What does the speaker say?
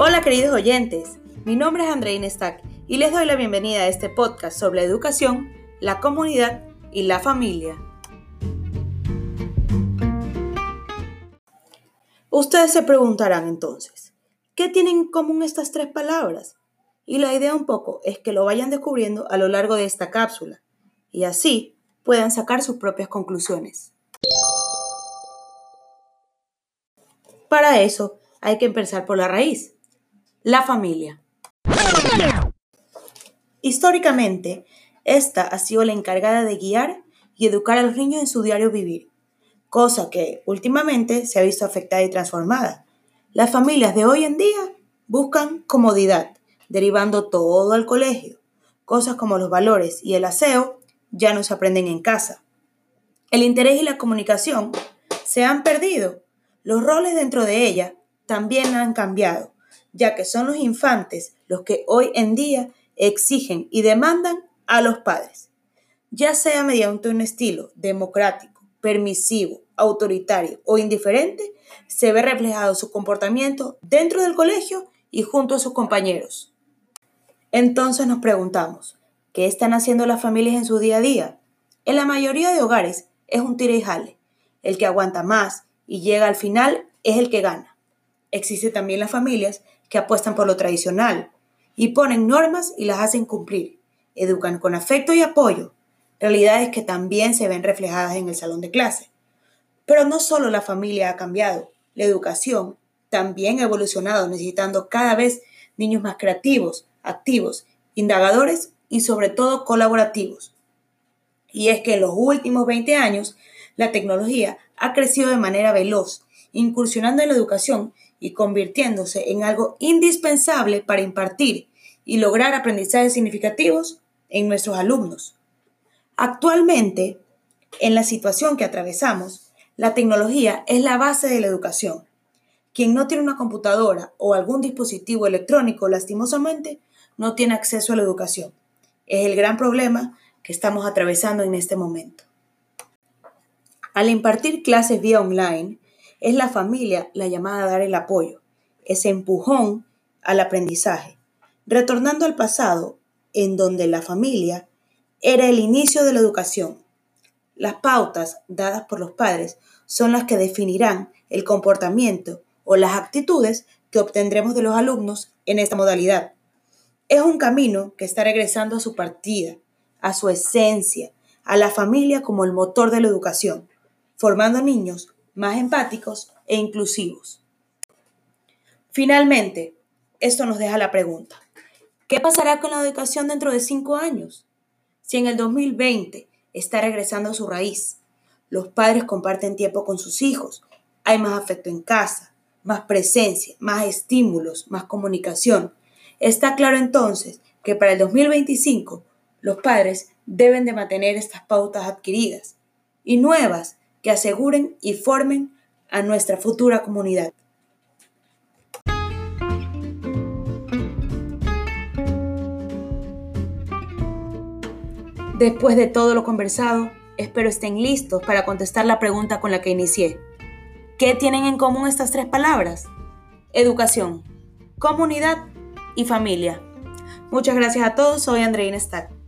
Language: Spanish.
Hola queridos oyentes, mi nombre es Andreina Stack y les doy la bienvenida a este podcast sobre la educación, la comunidad y la familia. Ustedes se preguntarán entonces, ¿qué tienen en común estas tres palabras? Y la idea un poco es que lo vayan descubriendo a lo largo de esta cápsula y así puedan sacar sus propias conclusiones. Para eso hay que empezar por la raíz, la familia. Históricamente, esta ha sido la encargada de guiar y educar a los niños en su diario vivir, cosa que últimamente se ha visto afectada y transformada. Las familias de hoy en día buscan comodidad, derivando todo al colegio. Cosas como los valores y el aseo ya no se aprenden en casa. El interés y la comunicación se han perdido. Los roles dentro de ella también han cambiado, ya que son los infantes los que hoy en día exigen y demandan a los padres, ya sea mediante un estilo democrático, permisivo, autoritario o indiferente, se ve reflejado su comportamiento dentro del colegio y junto a sus compañeros. Entonces nos preguntamos, ¿qué están haciendo las familias en su día a día? En la mayoría de hogares es un tira y jale. El que aguanta más y llega al final es el que gana. Existen también las familias que apuestan por lo tradicional y ponen normas y las hacen cumplir. Educan con afecto y apoyo, realidades que también se ven reflejadas en el salón de clase. Pero no solo la familia ha cambiado, la educación también ha evolucionado, necesitando cada vez niños más creativos, activos, indagadores y sobre todo colaborativos. Y es que en los últimos 20 años, la tecnología ha crecido de manera veloz, incursionando en la educación y convirtiéndose en algo indispensable para impartir y lograr aprendizajes significativos en nuestros alumnos. Actualmente, en la situación que atravesamos, la tecnología es la base de la educación. Quien no tiene una computadora o algún dispositivo electrónico, lastimosamente, no tiene acceso a la educación. Es el gran problema que estamos atravesando en este momento. Al impartir clases vía online, es la familia la llamada a dar el apoyo, ese empujón al aprendizaje, retornando al pasado en donde la familia era el inicio de la educación. Las pautas dadas por los padres son las que definirán el comportamiento o las actitudes que obtendremos de los alumnos en esta modalidad. Es un camino que está regresando a su partida, a su esencia, a la familia como el motor de la educación, formando niños más empáticos e inclusivos. Finalmente, esto nos deja la pregunta, ¿qué pasará con la educación dentro de 5 años? Si en el 2020 está regresando a su raíz, los padres comparten tiempo con sus hijos, hay más afecto en casa, más presencia, más estímulos, más comunicación. Está claro entonces que para el 2025 los padres deben de mantener estas pautas adquiridas y nuevas que aseguren y formen a nuestra futura comunidad. Después de todo lo conversado, espero estén listos para contestar la pregunta con la que inicié. ¿Qué tienen en común estas tres palabras? Educación, comunidad y familia. Muchas gracias a todos, soy Andreina Stack.